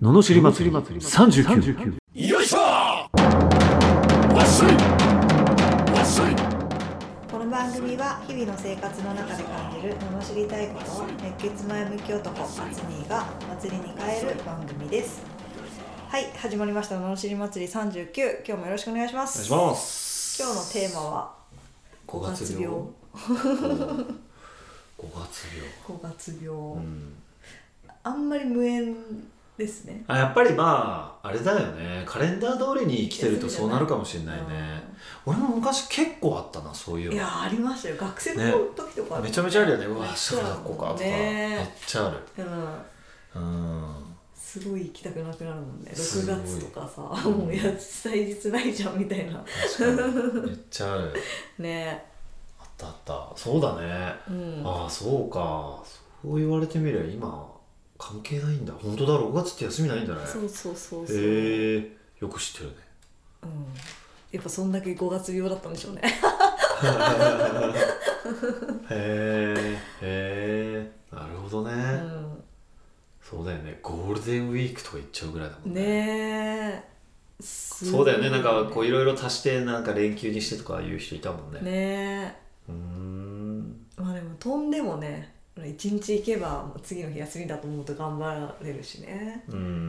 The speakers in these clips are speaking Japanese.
ののしり祭り39。 よいしょわっしょいわっしょい。 この番組は日々の生活の中で感じる罵りたいことを熱血前向き男アツニーが祭りに変える番組です。はい、始まりました罵り祭り39。今日もよろしくお願いします。 お願いします。 今日のテーマは5月病 5 月病、あんまり無縁ですね。 やっぱりまああれだよね、カレンダー通りに生きてるとそうなるかもしれないね。俺も昔結構あったな、そういうの。 いやありましたよ、学生の時とか、 めちゃめちゃあるよね。うわ、明日学校かとか、めっちゃある。 すごい行きたくなくなるもんね。6月とかさ、もう祭日ないじゃんみたいな。 確かにめっちゃあるね。 あったあった、そうだね。ああそうか、そう言われてみれば今関係ないんだ。本当だ、6月って休みないんだね。 そう。 よく知ってるね。 やっぱそんだけ5月病だったんでしょうね。 へえ、なるほどね。そうだよね、ゴールデンウィークとか行っちゃうぐらいだもんね。 ねえ。 そうだよね、なんかこういろいろ足してなんか連休にしてとかいう人いたもんね。 ねえ。まあでも飛んでもね、一日行けばもう次の日休みだと思うと頑張れるしね。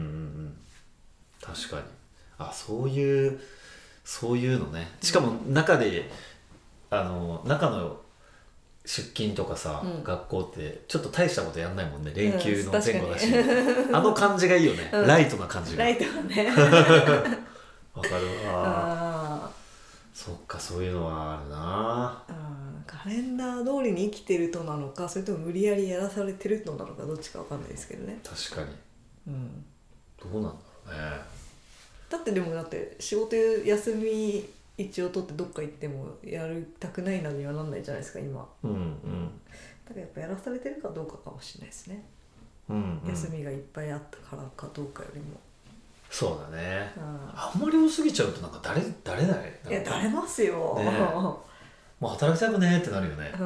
確かに。そういうのね。しかも中で中の出勤とかさ、学校ってちょっと大したことやんないもんね。連休の前後だし、あの感じがいいよね。ライトな感じが。 ライトがね。 わかるわ。そっか、そういうのはあるな。 カレンダー通りに生きてるとなのか、それとも無理やりやらされてるとなのか、どっちかわかんないですけどね。 確かに。どうなんだろうね。 だって仕事休み一応取ってどっか行ってもやりたくないなにはなんないじゃないですか今。だからやっぱやらされてるかどうかかもしれないですね。休みがいっぱいあったからかどうかよりも。 そうだね。あんまり多すぎちゃうとなんか誰だね。 いや、だれますよ。 もう働きたくねーってなるよね。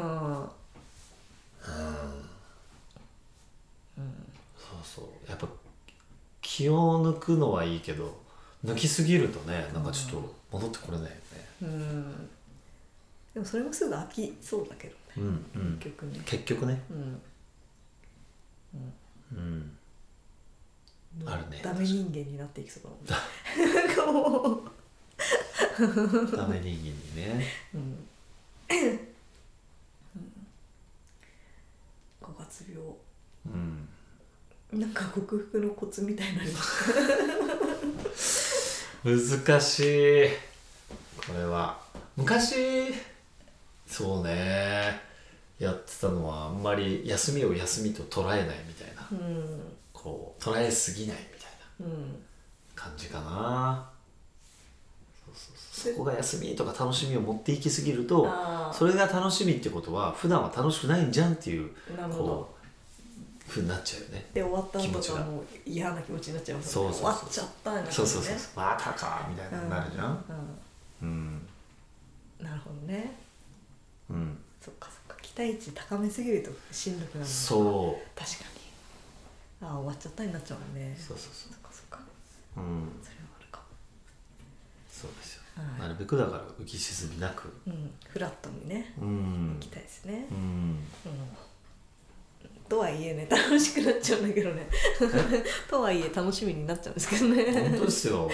そうやっぱ気を抜くのはいいけど、抜きすぎるとね、なんかちょっと戻ってこれないよね。 でもそれもすぐ飽きそうだけどね。結局ね。あるね。ダメ人間になっていきそうだもんね。 ダメ人間にね。 5月病。なんか克服のコツみたいなの難しい。これは昔そうね、やってたのはあんまり休みを休みと捉えないみたいな、こう捉えすぎないみたいな感じかな。そこが休みとか楽しみを持っていきすぎると、それが楽しみってことは普段は楽しくないんじゃんっていうこうふうになっちゃうよね。 で終わった後とかもう嫌な気持ちになっちゃいますよね。終わっちゃったんだね。 そうまたかみたいななるじゃん。 なるほどね。そっか期待値高めすぎるとしんどくなるのか。そう確かに。終わっちゃったになっちゃうもんね。そっかそれはあるかも。 そうですよ。なるべくだから浮き沈みなくフラットにね行きたいですね。とはいえね、楽しくなっちゃうんだけどね。とはいえ楽しみになっちゃうんですけどね。 本当ですよ。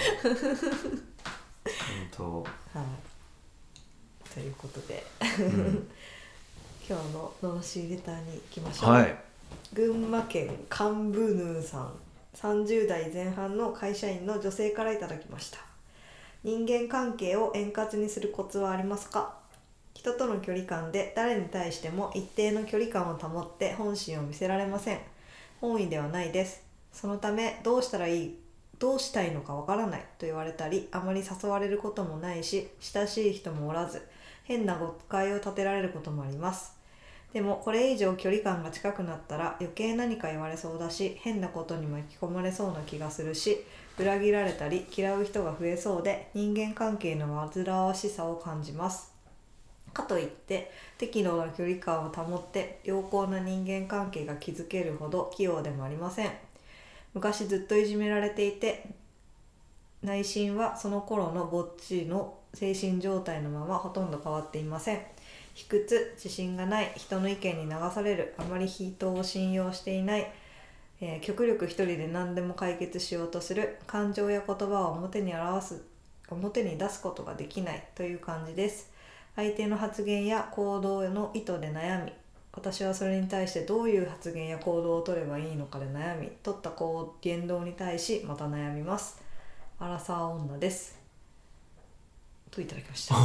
本当。 ということで、今日の罵りレターに行きましょう。群馬県カンブヌーさん、30代前半の会社員の女性からいただきました。人間関係を円滑にするコツはありますか？人との距離感で誰に対しても一定の距離感を保って本心を見せられません。本意ではないです。そのためどうしたいのかわからないと言われたり、あまり誘われることもないし、親しい人もおらず、変な誤解を立てられることもあります。でもこれ以上距離感が近くなったら余計何か言われそうだし、変なことに巻き込まれそうな気がするし、裏切られたり嫌う人が増えそうで、人間関係の煩わしさを感じます。かといって適度な距離感を保って良好な人間関係が築けるほど器用でもありません。 昔ずっといじめられていて、内心はその頃のぼっちの精神状態のままほとんど変わっていません。卑屈、自信がない、人の意見に流される、あまり人を信用していない、極力一人で何でも解決しようとする、感情や言葉を表に出すことができないという感じです。相手の発言や行動の意図で悩み、私はそれに対してどういう発言や行動を取ればいいのかで悩み、取った言動に対しまた悩みます。アラサー女です。といただきました。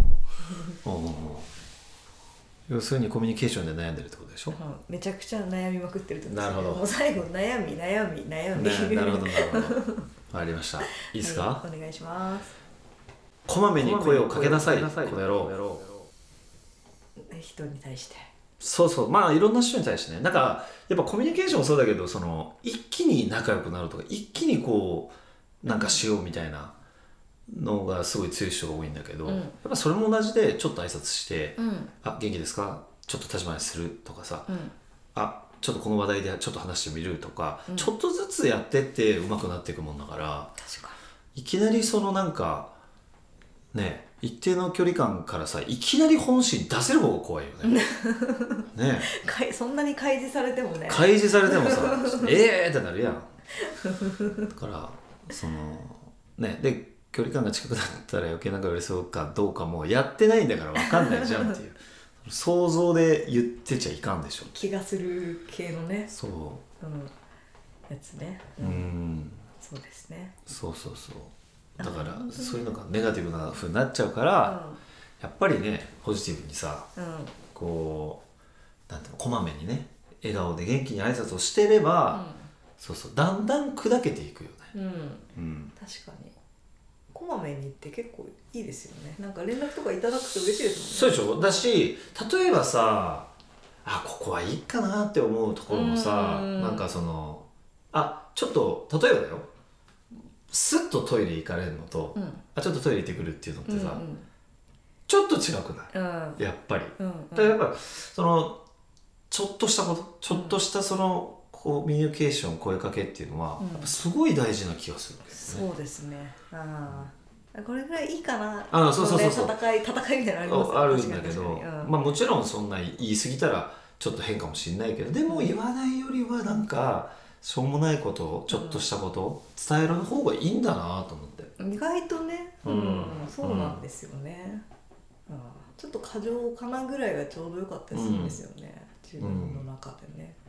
要するにコミュニケーションで悩んでるってことでしょ。 めちゃくちゃ悩みまくってるってことですね。 なるほど。 もう最後悩み、 ね、なるほどわかりました。いいですか、 はい、お願いします。 こまめに声をかけなさい、この野郎。 人に対して。 そうそう、まあいろんな人に対してね。なんかやっぱコミュニケーションもそうだけど、その一気に仲良くなるとか、一気にこうなんかしようみたいなのがすごい強い人が多いんだけど、やっぱそれも同じで、ちょっと挨拶して、あ、元気ですか、ちょっと立ち話するとかさ、あ、ちょっとこの話題でちょっと話してみるとか、ちょっとずつやってって上手くなっていくもんだから、 確かにいきなりそのなんかね、一定の距離感からさ、いきなり本心出せる方が怖いよね。ね、 そんなに開示されてもね。 開示されてもさ、ってなるやん。だからそのね、で距離感が近くなったら余計なんか寄り添うかどうかもやってないんだから分かんないじゃんっていう想像で言ってちゃいかんでしょ。 気がする系のね。 そう、 やつね。そうですね。 そうだからそういうのがネガティブな風になっちゃうから、やっぱりねポジティブにさ、こうなんていうの、こまめにね笑顔で元気に挨拶をしてれば、だんだん砕けていくよね。 確かにこまめにって結構いいですよね。なんか連絡とかいただくと嬉しいですもんね。そうでしょ。だし例えばさ、あ、ここはいいかなって思うところもさ、なんかそのちょっと例えばだよ、スッとトイレ行かれるのと、ちょっとトイレ行ってくるっていうのってさ、ちょっと違くない、やっぱり。だからやっぱそのちょっとしたこと、ちょっとしたそのコミュニケーション、声かけっていうのは、やっぱすごい大事な気がするけどね。 そうですね。これぐらいいいかな。 そう戦いみたいなのありますあるんだけど、まあもちろんそんな言い過ぎたらちょっと変かもしれないけど、でも言わないよりはなんかしょうもないことを、ちょっとしたことを伝える方がいいんだなと思って。 意外とね、そうなんですよね。ちょっと過剰かなぐらいがちょうどよかったりするんですよね、自分の中でね。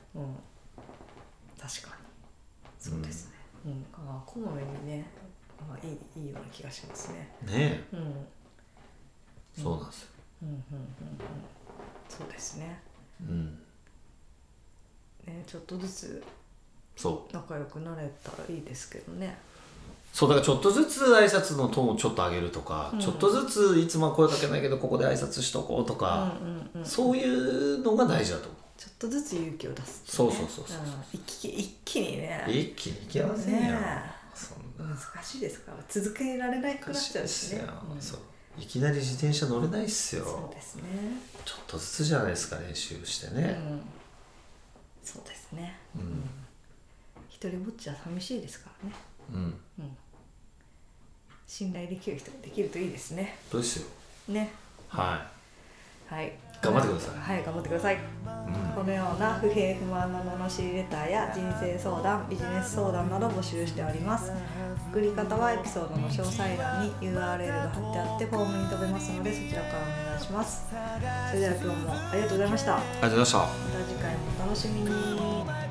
確かにそうですね。こまめにね、いいような気がしますね。 ねえ、そうなんですよ。 そうですね。ちょっとずつ仲良くなれたらいいですけどね。 そうだからちょっとずつ挨拶のトーンをちょっと上げるとか、ちょっとずついつもは声かけないけどここで挨拶しとこうとか、そういうのが大事だと思う。 ちょっとずつ勇気を出す、 そう一気にね、 一気にいけませんよ、 難しいですから、続けられなくなっちゃうしね。 いきなり自転車乗れないっすよ。 そうですね。 ちょっとずつじゃないですか、練習してね。 そうですね。一人ぼっちは寂しいですからね。信頼できる人ができるといいですね。 そうですよね。 はい、 頑張ってください。 頑張ってください。このような不平不満の罵りレターや人生相談、ビジネス相談など募集しております。送り方はエピソードの詳細欄に URL が貼ってあってフォームに飛べますので、そちらからお願いします。それでは今日もありがとうございました。 ありがとうございました。 また次回もお楽しみに。